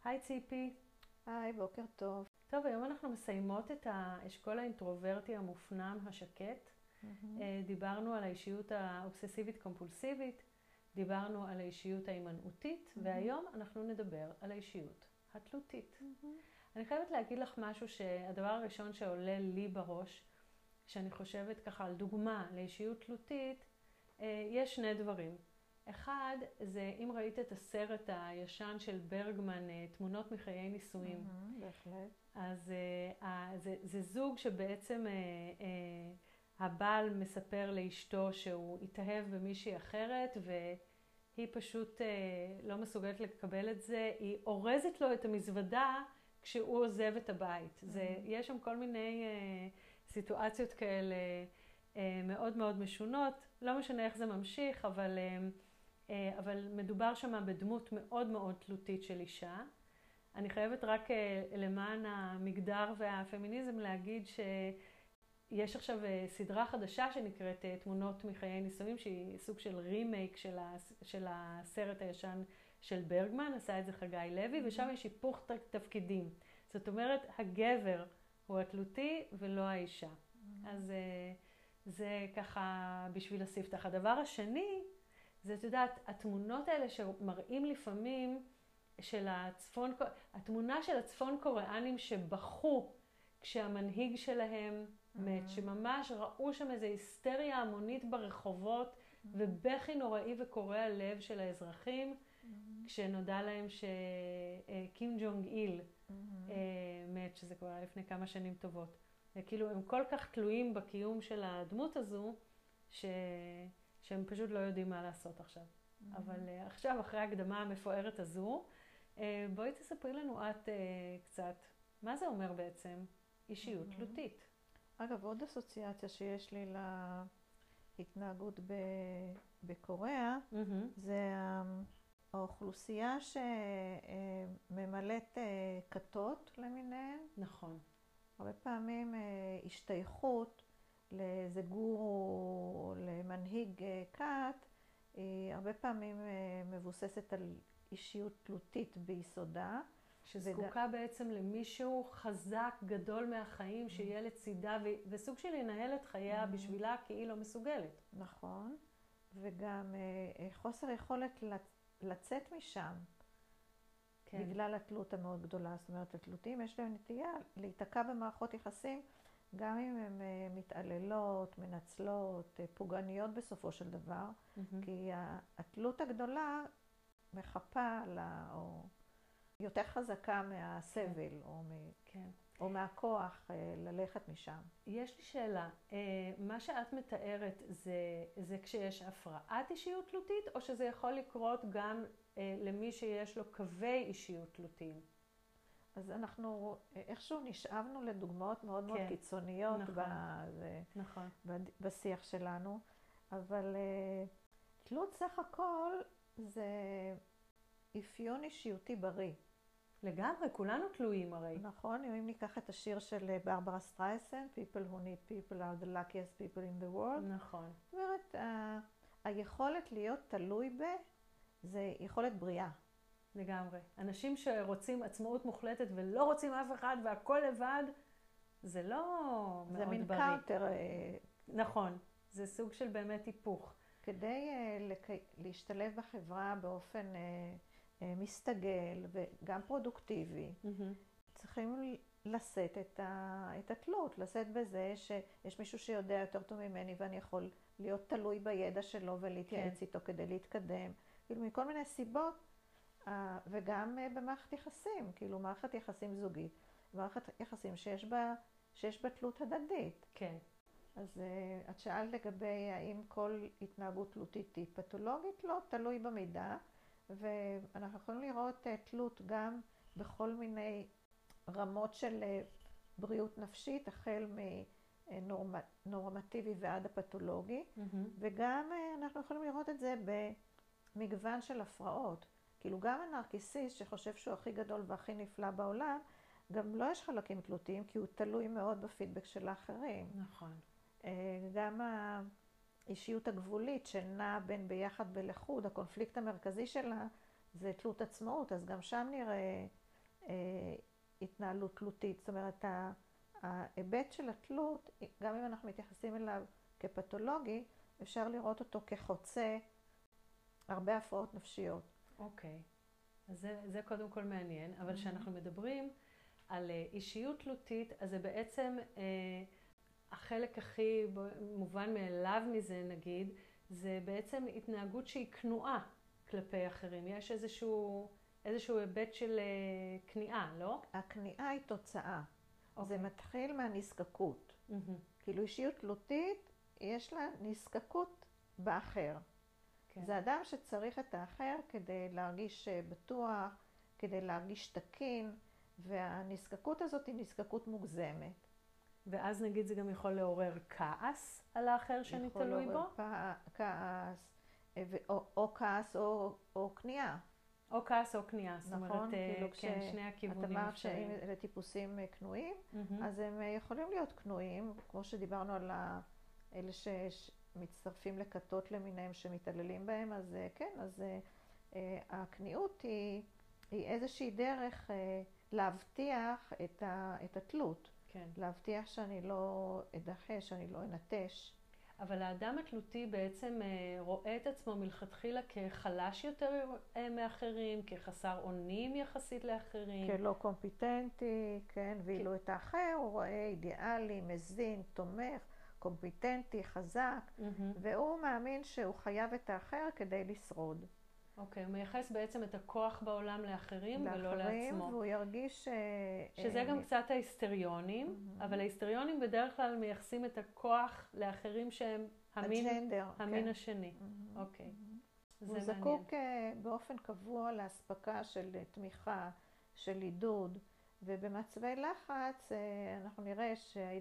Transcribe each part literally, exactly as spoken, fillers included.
היי ציפי. היי, בוקר טוב. טוב, היום אנחנו מסיימות את האשכול האינטרוברטי המופנם השקט. Mm-hmm. דיברנו על האישיות האובססיבית קומפולסיבית, דיברנו על האישיות ההימנעותית, mm-hmm. והיום אנחנו נדבר על האישיות התלותית. Mm-hmm. אני חייבת להגיד לך משהו שהדבר הראשון שעולה לי בראש, שאני חושבת ככה על דוגמה לאישיות תלותית, יש שני דברים. אחד, זה אם ראית את הסרט הישן של ברגמן, תמונות מחיי נישואים. Mm-hmm, בהחלט. אז uh, זה, זה זוג שבעצם uh, uh, הבעל מספר לאשתו שהוא התאהב במישהי אחרת, והיא פשוט uh, לא מסוגלת לקבל את זה. היא אורזת לו את המזוודה כשהוא עוזב את הבית. Mm-hmm. זה, יש שם כל מיני uh, סיטואציות כאלה uh, מאוד מאוד משונות. לא משנה איך זה ממשיך, אבל... Uh, אבל מדובר שם בדמות מאוד מאוד תלותית של אישה. אני חייבת רק למען המגדר והפמיניזם להגיד שיש עכשיו סדרה חדשה שנקראת תמונות מחיי נישואים, שהיא סוג של רימייק של, של הסרט הישן של ברגמן, עשה את זה חגי לוי, ושם יש היפוך תפקידים. זאת אומרת, הגבר הוא התלותי ולא האישה. אז זה ככה בשביל הספתח. הדבר השני, זה, את יודעת, התמונות האלה שמראים לפעמים של הצפון, התמונה של הצפון קוריאנים שבחו כשהמנהיג שלהם mm-hmm. מת, שממש ראו שם איזו היסטריה המונית ברחובות, mm-hmm. ובכי נוראי וקורע לב של האזרחים, mm-hmm. כשנודע להם שקים ג'ונג איל mm-hmm. מת, שזה כבר לפני כמה שנים טובות. כאילו הם כל כך תלויים בקיום של הדמות הזו, ש... שהם פשוט לא יודעים מה לעשות עכשיו. Mm-hmm. אבל uh, עכשיו, אחרי ההקדמה המפוארת הזו, uh, בואי תספרי לנו את uh, קצת, מה זה אומר בעצם אישיות mm-hmm. תלותית? אגב, עוד אסוציאציה שיש לי להתנהגות ב- בקוריאה, mm-hmm. זה האוכלוסייה שממלאת uh, כתות למיניהן. נכון. הרבה פעמים uh, השתייכות, לאיזה גורו, למנהיג כת, היא הרבה פעמים מבוססת על אישיות תלותית ביסודה. שזקוקה וד... בעצם למישהו חזק, גדול מהחיים, mm-hmm. שיהיה לצידה, ו... וסוג של לנהל את חייה mm-hmm. בשבילה, כי היא לא מסוגלת. נכון. וגם חוסר יכולת לצאת משם, כן. בגלל התלות המאוד גדולה. זאת אומרת, התלותים יש להם נטייה להיתקע במערכות יחסים, גם אם הן מתעללות, מנצלות, פוגעניות בסופו של דבר, mm-hmm. כי התלות הגדולה מחפה לה, או יותר חזקה מהסבל, כן. או, מ... כן. או מהכוח ללכת משם. יש לי שאלה, מה שאת מתארת זה, זה כשיש הפרעת אישיות תלותית, או שזה יכול לקרות גם למי שיש לו קווי אישיות תלותיים? אז אנחנו איכשהו נשאבנו לדוגמאות מאוד כן. מאוד קיצוניות נכון. בזה, נכון. בשיח שלנו, אבל תלות סך הכל זה אפיון אישיותי בריא. לגמרי, כולנו תלויים הרי. נכון, אם ניקח את השיר של ברברה סטרייסן, People who need people are the luckiest people in the world. נכון. זאת אומרת, ה- היכולת להיות תלוי ב, זה יכולת בריאה. לגמרי. אנשים שרוצים עצמאות מוחלטת ולא רוצים אף אחד והכל לבד, זה לא מאוד בריא. זה מין קאונטר. נכון. זה סוג של באמת היפוך. כדי להשתלב בחברה באופן מסתגל וגם פרודוקטיבי, צריכים לשאת את התלות, לשאת בזה שיש מישהו שיודע יותר טוב ממני ואני יכול להיות תלוי בידע שלו ולהתייעץ איתו כדי להתקדם. כאילו מכל מיני סיבות. וגם במערכת יחסים, כאילו מערכת יחסים זוגית, מערכת יחסים שיש בה, שיש בה תלות הדדית. כן. אז את שאלת לגבי האם כל התנהגות תלותית היא פתולוגית? לא, תלוי במידה, ואנחנו יכולים לראות תלות גם בכל מיני רמות של בריאות נפשית, החל מנורמטיבי ועד הפתולוגי, mm-hmm. וגם אנחנו יכולים לראות את זה במגוון של הפרעות. כאילו גם הנרקיסיסט שחושב שהוא הכי גדול והכי נפלא בעולם, גם לא יש חלקים תלותיים, כי הוא תלוי מאוד בפידבק של האחרים. נכון. גם האישיות הגבולית שנעה בין ביחד ולחוד, הקונפליקט המרכזי שלה זה תלות עצמאות, אז גם שם נראה התנהלות תלותית. זאת אומרת, ההיבט של התלות, גם אם אנחנו מתייחסים אליו כפתולוגי, אפשר לראות אותו כחוצה הרבה הפרעות נפשיות. אוקיי, אז זה, זה קודם כל מעניין, אבל כשאנחנו מדברים על אישיות תלותית, אז זה בעצם אה, החלק הכי מובן מאליו מזה, נגיד, זה בעצם התנהגות שהיא כנועה כלפי אחרים. יש איזשהו, איזשהו היבט של אה, כניעה, לא? הכניעה היא תוצאה. אוקיי. זה מתחיל מהנזקקות. Mm-hmm. כאילו אישיות תלותית, יש לה נזקקות באחר. כן. זה אדם שצריך את האחר כדי להרגיש בטוח, כדי להרגיש תקין, והנזקקות הזאת היא נזקקות מוגזמת. ואז נגיד זה גם יכול לעורר כעס על האחר שאני תלוי בו? יכול לעורר כעס, או, או כעס או, או כניעה. או כעס או כניעה, זאת נכון, אומרת, כאילו כן, שני הכיוונים את אמרת אפשריים. שאם לטיפוסים כנועים, Mm-hmm. אז הם יכולים להיות כנועים, כמו שדיברנו על אלה שמצטרפים לכתות למיניהם שמתעללים בהם, אז כן, אז הכניעות היא, היא איזושהי דרך להבטיח את, ה, את התלות. כן. להבטיח שאני לא אדחה, שאני לא אנטש. אבל האדם התלותי בעצם רואה את עצמו מלכתחילה כחלש יותר מאחרים, כחסר אונים יחסית לאחרים. כלא קומפיטנטי, כן, ואילו את האחר הוא רואה אידיאלי, מזין, תומך, קומפיטנטי, חזק, Mm-hmm. והוא מאמין שהוא חייב את האחר כדי לשרוד. אוקיי, הוא מייחס בעצם את הכוח בעולם לאחרים ולא לעצמו. והוא ירגיש... שזה גם קצת ההיסטריונים, Mm-hmm. אבל ההיסטריונים בדרך כלל מייחסים את הכוח לאחרים שהם המין, הג'נדר, המין כן. השני. Mm-hmm. אוקיי, Mm-hmm. זה הוא מעניין. זקוק באופן קבוע להספקה של תמיכה, של עידוד, ובמצבי לחץ אנחנו נראה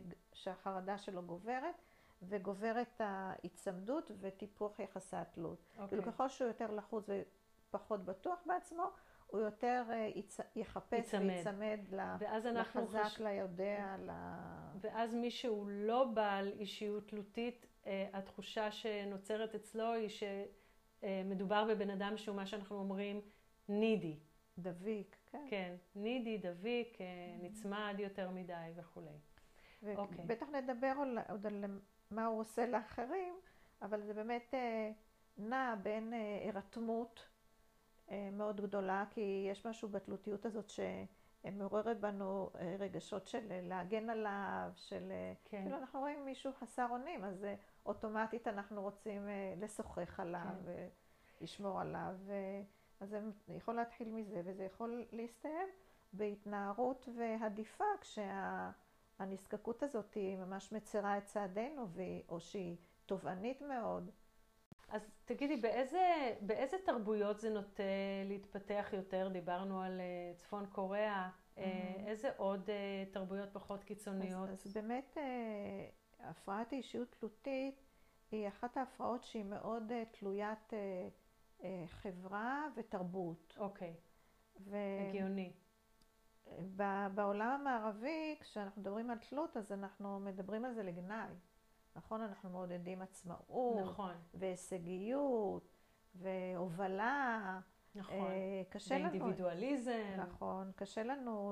שהחרדה שלו גוברת, וגוברת ההצמדות וטיפוח יחסי התלות. אוקיי. כאילו ככל שהוא יותר לחוץ ופחות בטוח בעצמו, הוא יותר יחפש ויצמד לחזק, חוש... ליודע, ל... ואז מי שהוא לא בעל אישיות תלותית, התחושה שנוצרת אצלו היא שמדובר בבן אדם שהוא מה שאנחנו אומרים נידי. דביק, כן. כן, נידי, דביק, נצמד יותר מדי וכולי. ובטח נדבר עוד על מה הוא עושה לאחרים, אבל זה באמת נע בין הרתמות מאוד גדולה, כי יש משהו בתלותיות הזאת שמעוררת בנו רגשות של להגן עליו, של... כן. כאילו אנחנו רואים מישהו חסר אונים, אז אוטומטית אנחנו רוצים לשוחח עליו, כן. ולשמור עליו, אז זה יכול להתחיל מזה, וזה יכול להסתיים בהתנערות והדיפה, כשהנזקקות הזאת היא ממש מצרה את צעדינו, או שהיא תובענית מאוד. אז תגידי, באיזה, באיזה תרבויות זה נוטה להתפתח יותר? דיברנו על צפון קוריאה, mm-hmm. איזה עוד תרבויות פחות קיצוניות? אז, אז באמת הפרעת האישיות תלותית היא אחת ההפרעות שהיא מאוד תלוית חברה ותרבות. אוקיי, ו... הגיוני. בעולם המערבי, כשאנחנו מדברים על תלות, אז אנחנו מדברים על זה לגנאי. נכון? אנחנו מעודדים עצמאות, נכון. והישגיות, והובלה. נכון. קשה ואינדיבידואליזם. לנו, נכון. קשה לנו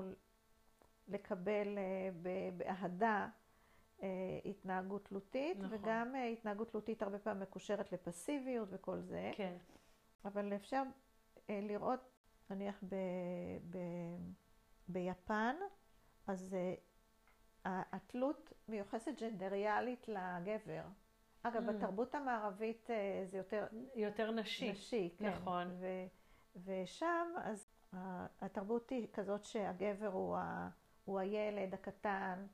לקבל באהדה התנהגות תלותית, נכון. וגם התנהגות תלותית הרבה פעמים מקושרת לפסיביות וכל זה. כן. אבל אפשר לראות, נניח ב, ב, ביפן, אז התלות מיוחסת ג'נדריאלית לגבר. אגב, mm. בתרבות המערבית זה יותר... יותר נשי. נשי, כן. נכון. ו, ושם, אז התרבות היא כזאת שהגבר הוא, ה, הוא הילד הקטן,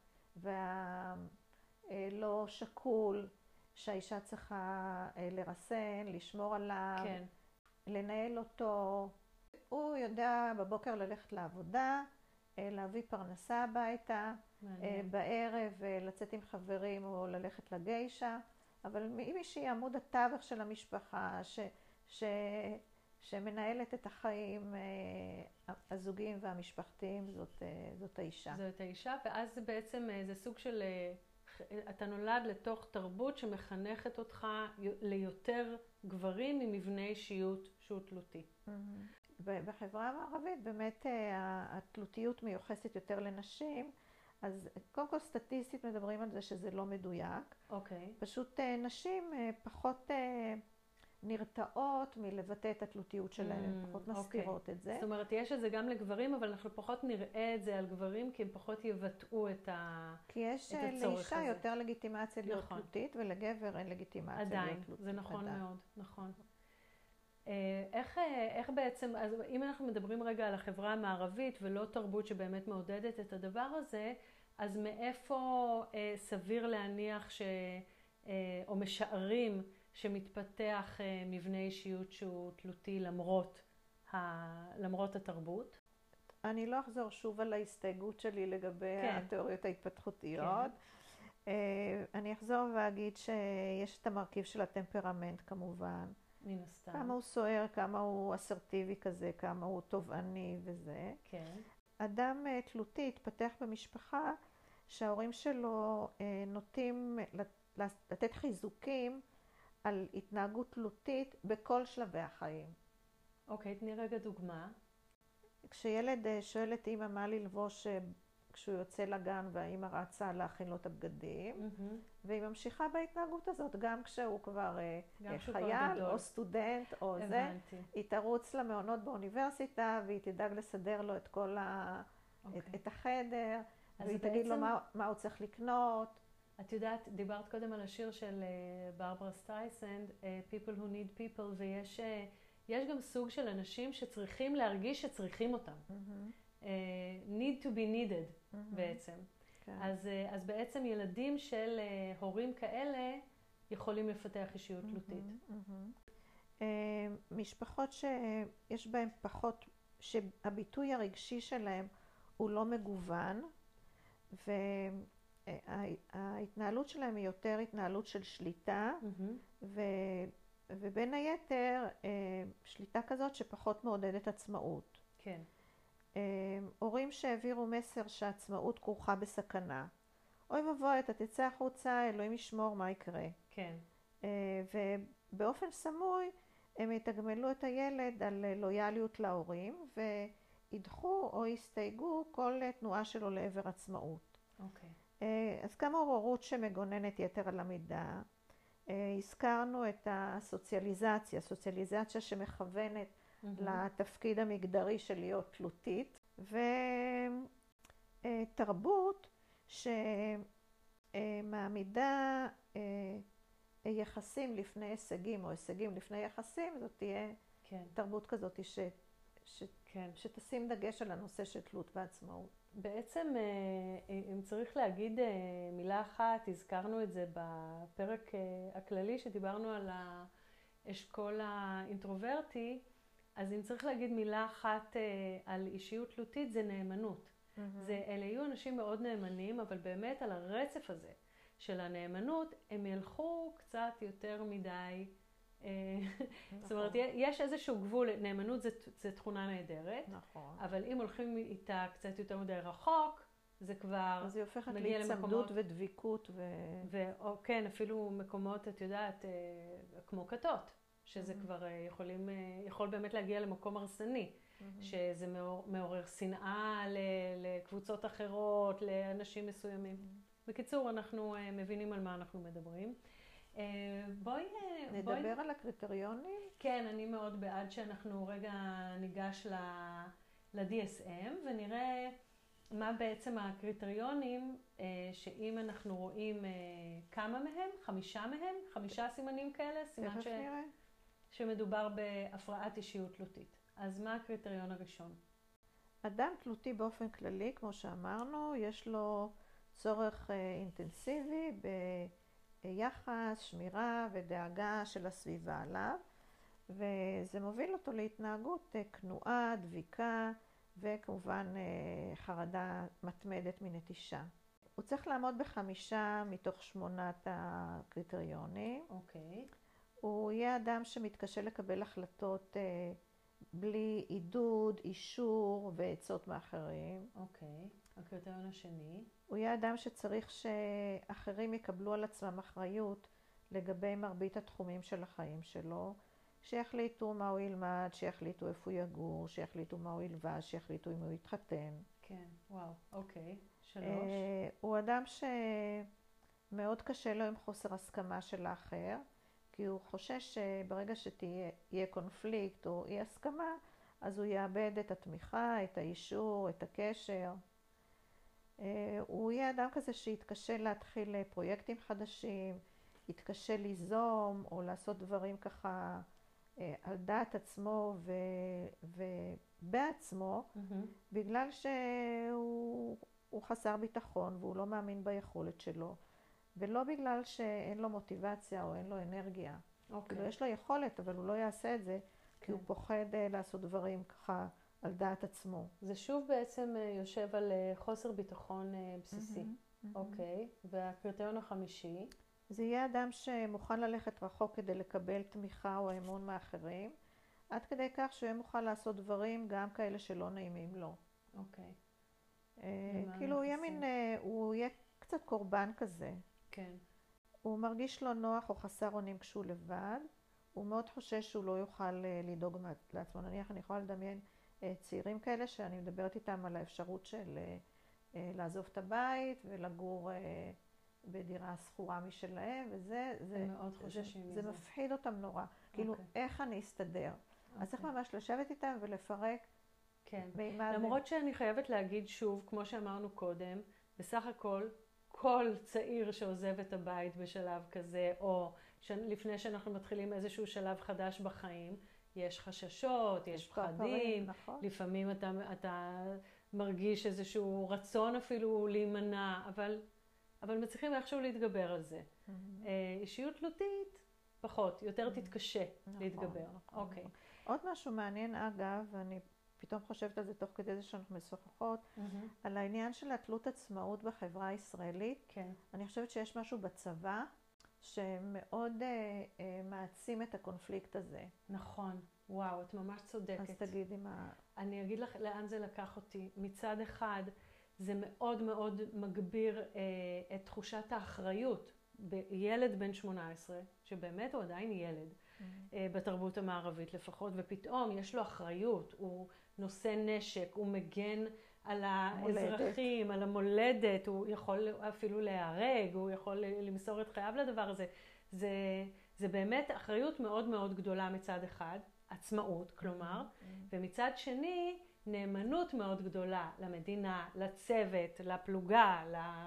והלא שקול, שהאישה צריכה לרסן, לשמור עליו, כן. לנהל אותו. הוא יודע בבוקר ללכת לעבודה, להביא פרנסה הביתה, מעניין. בערב לצאת עם חברים או ללכת לגיישה, אבל מי שהיא עמוד התווך של המשפחה, ש, ש, שמנהלת את החיים הזוגיים והמשפחתיים, זאת, זאת האישה. זאת האישה, ואז זה בעצם זה סוג של, אתה נולד לתוך תרבות שמחנכת אותך ליותר גברים ממבנה אישיות שהוא תלותי. Mm-hmm. בחברה המערבית באמת התלותיות מיוחסת יותר לנשים, אז קודם כל סטטיסטית מדברים על זה שזה לא מדויק. אוקיי. פשוט נשים פחות נרתעות מלבטא את התלותיות שלהן, הן פחות מסתירות את זה. זאת אומרת, יש את זה גם לגברים, אבל אנחנו פחות נראה את זה על גברים, כי הם פחות יבטאו את הצורך הזה. כי יש לאישה יותר לגיטימציה להיות תלותית, ולגבר אין לגיטימציה להיות תלותית. עדיין, זה נכון מאוד, נכון. איך, איך בעצם, אז אם אנחנו מדברים רגע על החברה המערבית ולא תרבות שבאמת מעודדת את הדבר הזה, אז מאיפה אה, סביר להניח ש, אה, או משערים שמתפתח אה, מבנה אישיות שהוא תלותי למרות, ה, למרות התרבות? אני לא אחזור שוב על ההסתייגות שלי לגבי כן. התיאוריות ההתפתחותיות. כן. אה, אני אחזור ואגיד שיש את המרכיב של הטמפרמנט כמובן. מן הסתם. כמה הוא סוער, כמה הוא אסרטיבי כזה, כמה הוא תובעני וזה. כן. אדם תלותי התפתח במשפחה שההורים שלו נוטים לתת חיזוקים על התנהגות תלותית בכל שלבי החיים. אוקיי, תני רגע דוגמה. כשילד שואל את אמא מה ללבוש כשהוא יוצא לגן והאמא רצה להכין לו את הבגדים, mm-hmm. והיא ממשיכה בהתנהגות הזאת, גם כשהוא כבר גם חייל כבר או סטודנט או הבנתי. זה, היא תרוץ למעונות באוניברסיטה והיא תדאג לסדר לו את כל ה... okay. את, את החדר, והיא תגיד בעצם... לו מה, מה הוא צריך לקנות. את יודעת, דיברת קודם על השיר של ברברה סטרייסנד, People Who Need People, ויש יש גם סוג של אנשים שצריכים להרגיש שצריכים אותם. Mm-hmm. Uh, need to be needed mm-hmm. בעצם. Okay. אז, uh, אז בעצם ילדים של uh, הורים כאלה יכולים לפתח אישיות mm-hmm. תלותית. Mm-hmm. Uh, משפחות שיש בהן פחות, שהביטוי הרגשי שלהם הוא לא מגוון, וההתנהלות שלהם היא יותר התנהלות של שליטה, mm-hmm. ו... ובין היתר שליטה כזאת שפחות מעודדת עצמאות. כן. הורים שהעבירו מסר שהעצמאות כרוכה בסכנה. אוי ובואי, אתה תצא החוצה, אלוהים ישמור, מה יקרה? כן. ובאופן סמוי הם יתגמלו את הילד על לויאליות להורים, וידחו או יסתייגו כל תנועה שלו לעבר עצמאות. אוקיי. אז כמה הורות שמגוננת יתר על המידה, הזכרנו את הסוציאליזציה, סוציאליזציה שמכוונת mm-hmm. לתפקיד המגדרי של להיות תלותית, ותרבות שמעמידה יחסים לפני הישגים או הישגים לפני יחסים, זאת תהיה כן. תרבות כזאת ש, ש, כן. שתשים דגש על הנושא של תלות ועצמאות. בעצם, אם צריך להגיד מילה אחת, הזכרנו את זה בפרק הכללי שדיברנו על האשכול האינטרוברטי, אז אם צריך להגיד מילה אחת על אישיות תלותית, זה נאמנות. Mm-hmm. זה, אלה יהיו אנשים מאוד נאמנים, אבל באמת על הרצף הזה של הנאמנות, הם ילכו קצת יותר מדי. נכון. זאת אומרת, יש איזשהו גבול, נאמנות זה, זה תכונה נהדרת, נכון. אבל אם הולכים איתה קצת יותר מדי רחוק, זה כבר אז היא הופכת להצמדות ודביקות. ו... ו... או כן, אפילו מקומות, את יודעת, כמו כתות, שזה mm-hmm. כבר יכולים, יכול באמת להגיע למקום הרסני, mm-hmm. שזה מעור, מעורר שנאה לקבוצות אחרות, לאנשים מסוימים. Mm-hmm. בקיצור, אנחנו מבינים על מה אנחנו מדברים. בואי... נדבר בואי... על הקריטריונים? כן, אני מאוד בעד שאנחנו רגע ניגש ל-די אס אם ונראה מה בעצם הקריטריונים שאם אנחנו רואים כמה מהם, חמישה מהם, חמישה סימנים כאלה, סימן ש... שמדובר בהפרעת אישיות תלותית. אז מה הקריטריון הראשון? אדם תלותי באופן כללי, כמו שאמרנו, יש לו צורך אינטנסיבי ב... יחס, שמירה ודאגה של הסביבה עליו, וזה מוביל אותו להתנהגות כנועה, דביקה, וכמובן חרדה מתמדת מנטישה. הוא צריך לעמוד בחמישה מתוך שמונת הקריטריונים. אוקיי. הוא יהיה אדם שמתקשה לקבל החלטות בלי עידוד, אישור ועצות מאחרים. אוקיי. הקריטריון השני. הוא יהיה אדם שצריך שאחרים יקבלו על עצמם אחריות לגבי מרבית התחומים של החיים שלו, שיחליטו מה הוא ילמד, שיחליטו איפה הוא יגור, שיחליטו מה הוא ילבש, שיחליטו אם הוא יתחתן. כן, וואו, אוקיי. שלוש. הוא אדם שמאוד קשה לו עם חוסר הסכמה של האחר, כי הוא חושש שברגע שתהיה קונפליקט או אי הסכמה, אז הוא יאבד את התמיכה, את האישור, את הקשר. הוא יהיה אדם כזה שיתקשה להתחיל פרויקטים חדשים, יתקשה ליזום או לעשות דברים ככה על דעת עצמו ו... ובעצמו, mm-hmm. בגלל שהוא חסר ביטחון והוא לא מאמין ביכולת שלו, ולא בגלל שאין לו מוטיבציה או אין לו אנרגיה. Okay. כאילו יש לו יכולת, אבל הוא לא יעשה את זה, okay. כי הוא פוחד לעשות דברים ככה על דעת עצמו. זה שוב בעצם יושב על חוסר ביטחון בסיסי. Mm-hmm. אוקיי, mm-hmm. okay. והקריטריון החמישי? זה יהיה אדם שמוכן ללכת רחוק כדי לקבל תמיכה או אמון מאחרים, עד כדי כך שהוא יהיה מוכן לעשות דברים גם כאלה שלא נעימים לו. אוקיי. כאילו הוא יהיה מין, הוא יהיה קצת קורבן כזה. כן. הוא מרגיש לא נוח או חסר אונים כשהוא לבד. הוא מאוד חושש שהוא לא יוכל לדאוג לעצמו. נניח אני יכולה לדמיין צעירים כאלה שאני מדברת איתם על האפשרות של לעזוב את הבית ולגור בדירה סחורה משלהם, וזה זה, מאוד חוששים זה, זה מפחיד אותם נורא. Okay. כאילו, איך אני אסתדר? Okay. אז צריך ממש לשבת איתם ולפרק. כן. למרות שאני חייבת להגיד שוב, כמו שאמרנו קודם, בסך הכל, כל צעיר שעוזב את הבית בשלב כזה, או לפני שאנחנו מתחילים איזשהו שלב חדש בחיים, יש חששות, יש פחדים, נכון. לפעמים אתה, אתה מרגיש איזשהו רצון אפילו להימנע, אבל... אבל מצליחים איכשהו להתגבר על זה. Mm-hmm. אישיות תלותית, פחות, יותר mm-hmm. תתקשה נכון, להתגבר. נכון, אוקיי. נכון. עוד משהו מעניין אגב, ואני פתאום חושבת על זה תוך כדי זה שאנחנו משוחחות, mm-hmm. על העניין של התלות עצמאות בחברה הישראלית. כן. אני חושבת שיש משהו בצבא שמאוד אה, אה, מעצים את הקונפליקט הזה. נכון. וואו, את ממש צודקת. אז תגידי מה... אני אגיד לך לאן זה לקח אותי. מצד אחד, זה מאוד מאוד מגביר אה, את תחושת האחריות בילד בן שמונה עשרה, שבאמת הוא עדיין ילד, mm-hmm. אה, בתרבות המערבית לפחות, ופתאום יש לו אחריות, הוא נושא נשק, הוא מגן על האזרחים, מולדת. על המולדת, הוא יכול אפילו להיהרג, הוא יכול למסור את חייו לדבר הזה. זה, זה באמת אחריות מאוד מאוד גדולה מצד אחד, עצמאות כלומר, mm-hmm. ומצד שני, נאמנות מאוד גדולה למדינה, לצוות, לפלוגה,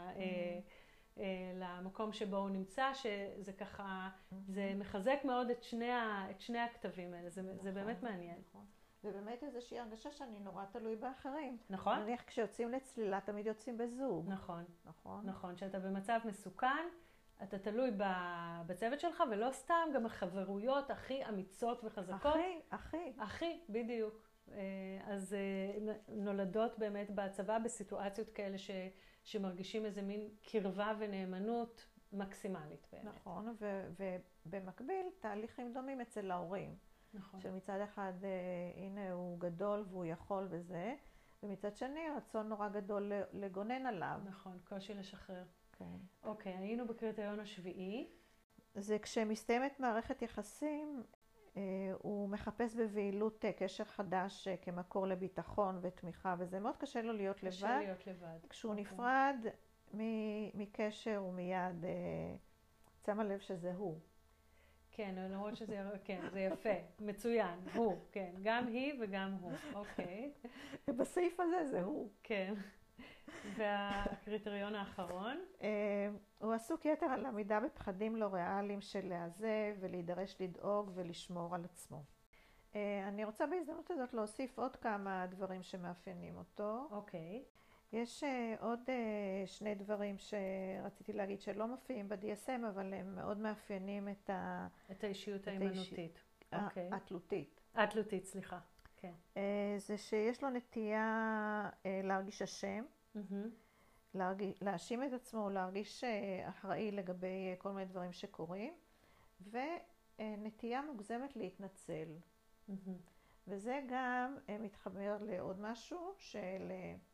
למקום שבו הוא נמצא, שזה ככה, זה מחזק מאוד את שני, את שני הכתבים האלה, זה, זה באמת מעניין. נכון. ובאמת איזושהי הרגשה שאני נורא תלוי באחרים. נכון. נניח כשיוצאים לצלילה תמיד יוצאים בזוג. נכון. נכון. נכון, שאתה במצב מסוכן, אתה תלוי בצוות שלך, ולא סתם, גם החברויות הכי אמיצות וחזקות. הכי, הכי. הכי, בדיוק. אז נולדות באמת בצבא בסיטואציות כאלה ש, שמרגישים איזה מין קרבה ונאמנות מקסימלית באמת. נכון, ו, ובמקביל תהליכים דומים אצל ההורים. נכון. שמצד אחד, הנה הוא גדול והוא יכול וזה, ומצד שני רצון נורא גדול לגונן עליו. נכון, קושי לשחרר. כן. אוקיי, היינו בקריטריון השביעי. זה כשמסתיימת מערכת יחסים, הוא מחפש בבהילות קשר חדש כמקור לביטחון ותמיכה, וזה מאוד קשה לו להיות לבד. קשה להיות לבד. כשהוא נפרד מקשר הוא מיד שמה לב שזה הוא. כן, למרות שזה, כן, זה יפה, מצוין, הוא, כן, גם היא וגם הוא, אוקיי. ובסעיף הזה זה הוא. כן. והקריטריון האחרון? הוא עסוק יתר על עמידה בפחדים לא ריאליים של להיעזב ולהידרש לדאוג ולשמור על עצמו. אני רוצה בהזדמנות הזאת להוסיף עוד כמה דברים שמאפיינים אותו. אוקיי. יש עוד שני דברים שרציתי להגיד שלא מופיעים ב-די אס אם, אבל הם מאוד מאפיינים את ה... את האישיות האימנותית. אוקיי. התלותית. התלותית, סליחה. כן. זה שיש לו נטייה להרגיש אשם. Mm-hmm. להאשים את עצמו, להרגיש אחראי לגבי כל מיני דברים שקורים, ונטייה מוגזמת להתנצל. Mm-hmm. וזה גם מתחבר לעוד משהו של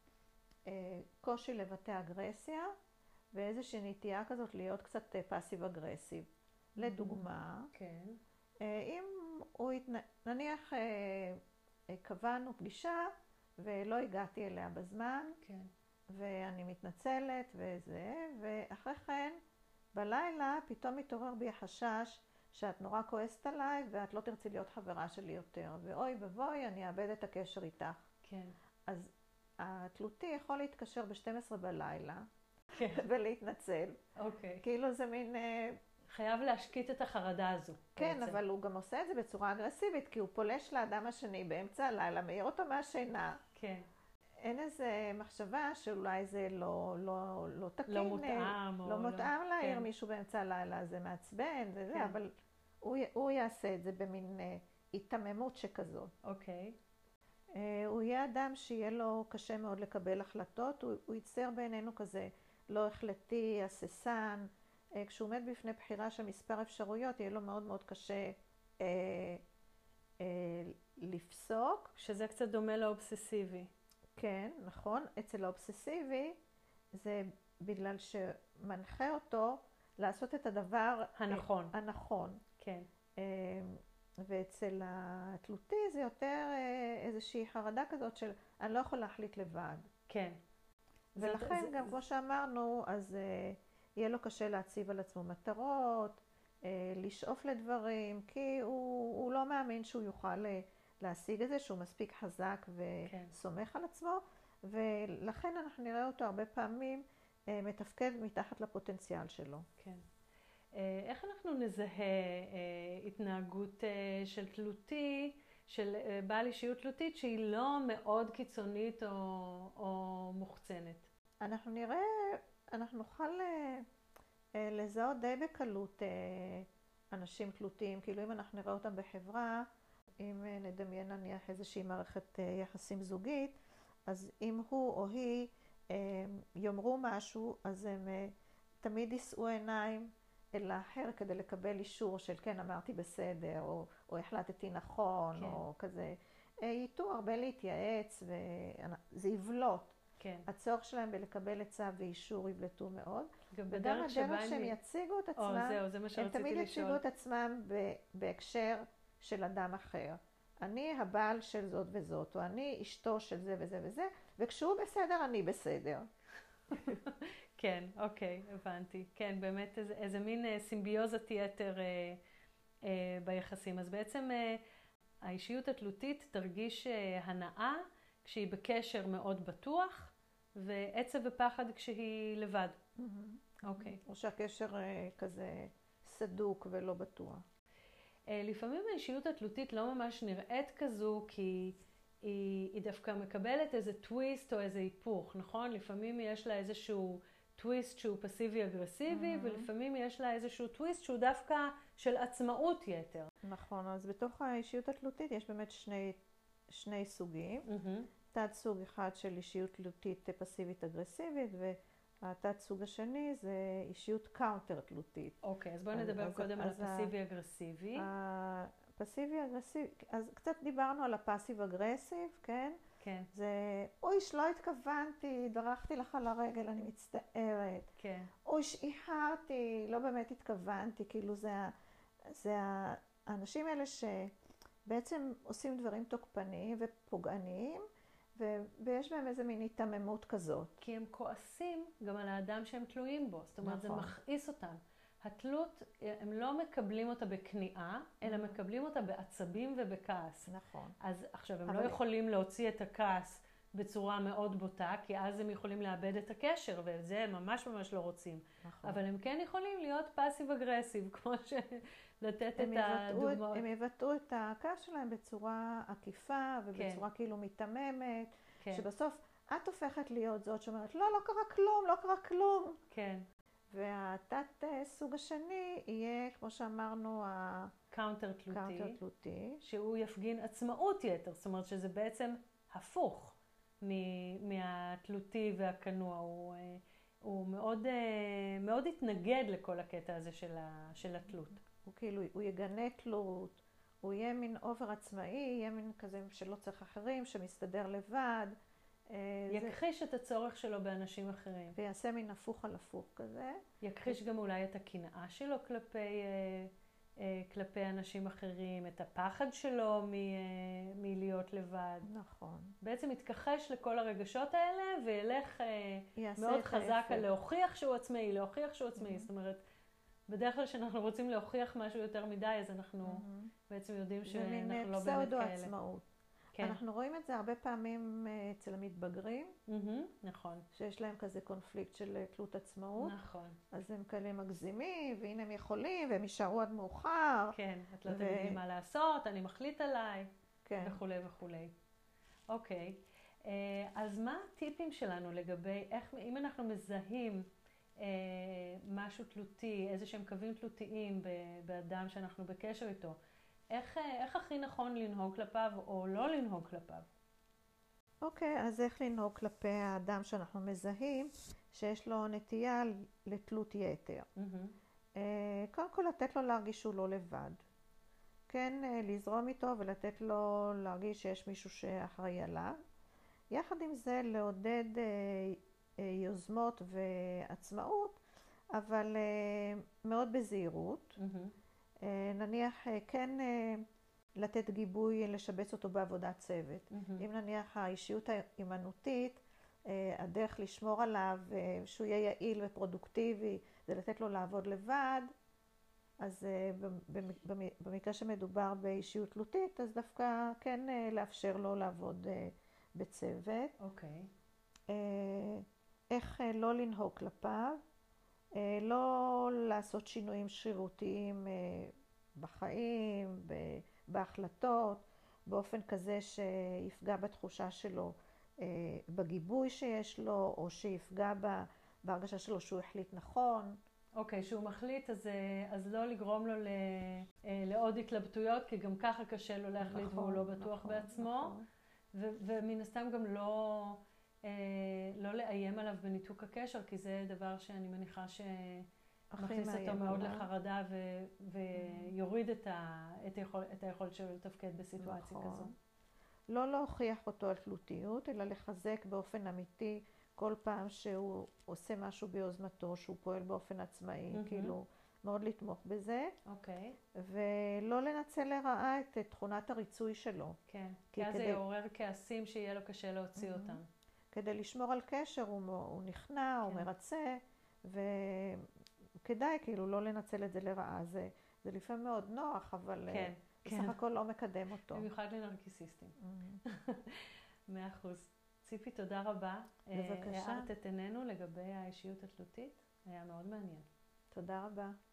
קושי לבטא אגרסיה, ואיזושהי נטייה כזאת להיות קצת פאסיב אגרסיב. Mm-hmm. לדוגמה, כן. אם הוא התנ... נניח אה, קבענו פגישה ולא הגעתי אליה בזמן, כן. ואני מתנצלת וזה, ואחרי כן בלילה פתאום מתעורר בי החשש שאת נורא כועסת עליי ואת לא תרצי להיות חברה שלי יותר, ואוי ובוי אני אאבד את הקשר איתך. כן. אז התלותי יכול להתקשר ב-שתים עשרה בלילה, כן. ולהתנצל. אוקיי. כאילו זה מין... חייב להשקיט את החרדה הזו. כן, בעצם. אבל הוא גם עושה את זה בצורה אגרסיבית, כי הוא פולש לאדם השני באמצע הלילה, מעיר אותו מהשינה. כן. אין איזה מחשבה שאולי זה לא, לא, לא תקין. לא מותאם. לא מותאם לא... להעיר כן. מישהו באמצע הלילה, זה מעצבן, זה כן. זה, אבל הוא, הוא יעשה את זה במין התממות שכזאת. אוקיי. הוא יהיה אדם שיהיה לו קשה מאוד לקבל החלטות, הוא, הוא ייצר בעינינו כזה לא החלטי, הססן. כשהוא עומד בפני בחירה של מספר אפשרויות, יהיה לו מאוד מאוד קשה אה, אה, לפסוק. שזה קצת דומה לאובססיבי. כן, נכון. אצל האובססיבי זה בגלל שמנחה אותו לעשות את הדבר הנכון. הנכון. כן. אה, ואצל התלותי זה יותר אה, איזושהי חרדה כזאת של אני לא יכול להחליט לבד. כן. ולכן זה, גם זה... כמו שאמרנו, אז אה, יהיה לו קשה להציב על עצמו מטרות, אה, לשאוף לדברים, כי הוא, הוא לא מאמין שהוא יוכל להשיג את זה, שהוא מספיק חזק וסומך כן. על עצמו, ולכן אנחנו נראה אותו הרבה פעמים אה, מתפקד מתחת לפוטנציאל שלו. כן. איך אנחנו נזהה התנהגות של תלותי, של בעל אישיות תלותית, שהיא לא מאוד קיצונית או, או מוחצנת? אנחנו נראה, אנחנו נוכל לזהות די בקלות אנשים תלותיים, כאילו אם אנחנו נראה אותם בחברה, אם נדמיין נניח איזושהי מערכת יחסים זוגית, אז אם הוא או היא יאמרו משהו, אז הם תמיד יישאו עיניים אל האחר כדי לקבל אישור של כן אמרתי בסדר, או, או החלטתי נכון, כן. או כזה. ייתו הרבה להתייעץ וזה יבלוט. כן. הצורך שלהם בלקבל עצה ואישור יבלטו מאוד. גם וגם הדרך שהם לי... יציגו את עצמם, או, זהו, זה מה הם תמיד לשאול. יציגו את עצמם בהקשר של אדם אחר. אני הבעל של זאת וזאת, או אני אשתו של זה וזה וזה, וכשהוא בסדר, אני בסדר. כן, אוקיי, הבנתי. כן, באמת איזה, איזה מין סימביוזת יתר אה, אה, ביחסים. אז בעצם אה, האישיות התלותית תרגיש אה, הנאה כשהיא בקשר מאוד בטוח, ועצב ופחד כשהיא לבד. Mm-hmm. אוקיי. או שהקשר אה, כזה סדוק ולא בטוח. אה, לפעמים האישיות התלותית לא ממש נראית כזו, כי היא, היא דווקא מקבלת איזה טוויסט או איזה היפוך, נכון? לפעמים יש לה איזשהו טוויסט שהוא פסיבי אגרסיבי, mm-hmm. ולפעמים יש לה איזשהו טוויסט שהוא דווקא של עצמאות יתר. נכון, אז בתוך האישיות התלותית יש באמת שני, שני סוגים. Mm-hmm. תת סוג אחד של אישיות תלותית פסיבית אגרסיבית, והתת סוג השני זה אישיות קאונטר תלותית. אוקיי, אז בואי נדבר אז, קודם אז על הפסיבי אגרסיבי. הפסיבי אגרסיבי, אז קצת דיברנו על הפסיב אגרסיב, כן? כן. זה, אוי, שלא התכוונתי, דרכתי לך על הרגל, אני מצטערת. כן. אוי, שאיחרתי, לא באמת התכוונתי, כאילו זה, זה האנשים האלה שבעצם עושים דברים תוקפניים ופוגעניים, ויש בהם איזה מין התממות כזאת. כי הם כועסים גם על האדם שהם תלויים בו, זאת אומרת, נכון. זה מכעיס אותם. התלות, הם לא מקבלים אותה בכניעה, אלא mm-hmm. מקבלים אותה בעצבים ובכעס. נכון. אז עכשיו, הם אבל... לא יכולים להוציא את הכעס בצורה מאוד בוטה, כי אז הם יכולים לאבד את הקשר, ואת זה הם ממש ממש לא רוצים. נכון. אבל הם כן יכולים להיות פאסיב אגרסיב, כמו שלתת את הדוגמאות. הם יבטאו את הכעס שלהם בצורה עקיפה, ובצורה כן. כאילו מתממת, כן. שבסוף את הופכת להיות זאת שאומרת, לא, לא קרה כלום, לא קרה כלום. כן. והתת סוג השני יהיה, כמו שאמרנו, הקאונטר תלותי, קאונטר תלותי, שהוא יפגין עצמאות יתר, זאת אומרת שזה בעצם הפוך מהתלותי והכנוע, הוא, הוא מאוד, מאוד התנגד לכל הקטע הזה של, ה, של התלות. הוא כאילו, הוא יגנה תלות, הוא יהיה מין אובר עצמאי, יהיה מין כזה שלא צריך אחרים, שמסתדר לבד, יכחיש את הצורך שלו באנשים אחרים. ויעשה מין הפוך על הפוך כזה. יכחיש גם אולי את הקנאה שלו כלפי כלפי אנשים אחרים, את הפחד שלו מ, מלהיות לבד. נכון. בעצם יתכחש לכל הרגשות האלה וילך מאוד חזק על להוכיח שהוא עצמאי, להוכיח שהוא עצמאי. Mm-hmm. זאת אומרת, בדרך כלל כשאנחנו רוצים להוכיח משהו יותר מדי, אז אנחנו mm-hmm. בעצם יודעים שאנחנו לא באמת כאלה. זה מין פסאודו עצמאות. כן. אנחנו רואים את זה הרבה פעמים אצל המתבגרים. Mm-hmm, נכון. שיש להם כזה קונפליקט של תלות עצמאות. נכון. אז הם כאלה מגזימים, והנה הם יכולים, והם יישארו עד מאוחר. כן, את לא ו... תגידי לי מה לעשות, אני מחליט עליי, כן. וכולי וכולי. אוקיי, אז מה הטיפים שלנו לגבי איך, אם אנחנו מזהים משהו תלותי, איזה שהם קווים תלותיים באדם שאנחנו בקשר איתו, איך, איך הכי נכון לנהוג כלפיו או לא לנהוג כלפיו? אוקיי, okay, אז איך לנהוג כלפי האדם שאנחנו מזהים שיש לו נטייה לתלות יתר? Mm-hmm. קודם כל לתת לו להרגיש שהוא לא לבד. כן, לזרום איתו ולתת לו להרגיש שיש מישהו שאחראי עליו. יחד עם זה לעודד יוזמות ועצמאות, אבל מאוד בזהירות. Mm-hmm. נניח כן לתת גיבוי, לשבץ אותו בעבודת צוות. Mm-hmm. אם נניח האישיות האימנותית, הדרך לשמור עליו, שהוא יהיה יעיל ופרודוקטיבי, זה לתת לו לעבוד לבד, אז במקרה שמדובר באישיות תלותית, אז דווקא כן לאפשר לו לעבוד בצוות. אוקיי. Okay. איך לא לנהוג כלפיו, לא לעשות שינויים שרירותיים בחיים, בהחלטות, באופן כזה שיפגע בתחושה שלו, בגיבוי שיש לו, או שיפגע בהרגשה שלו שהוא החליט נכון. אוקיי, שהוא מחליט, אז, אז לא לגרום לו ל, לעוד התלבטויות, כי גם ככה קשה לו להחליט נכון, והוא לא בטוח נכון, בעצמו. נכון. ו, ומן הסתם גם לא, לא לאיים עליו בניתוק הקשר, כי זה דבר שאני מניחה שמכניס אותו מאוד עליו. לחרדה ו, ויוריד את, ה, את, היכול, את היכולת שלו לתפקד בסיטואציה נכון. כזו. לא להוכיח אותו על תלותיות, אלא לחזק באופן אמיתי כל פעם שהוא עושה משהו ביוזמתו, שהוא פועל באופן עצמאי, mm-hmm. כאילו מאוד לתמוך בזה. אוקיי. Okay. ולא לנצל לרעה את תכונת הריצוי שלו. כן, כי אז כדי... זה יעורר כעסים שיהיה לו קשה להוציא mm-hmm. אותם. כדי לשמור על קשר, הוא, הוא נכנע, כן. הוא מרצה, וכדאי כאילו לא לנצל את זה לרעה. זה, זה לפעמים מאוד נוח, אבל כן, בסך כן. הכל לא מקדם אותו. במיוחד לנרקיסיסטים. Mm-hmm. מאה אחוז. ציפי, תודה רבה. בבקשה. הערת את עינינו לגבי האישיות התלותית. היה מאוד מעניין. תודה רבה.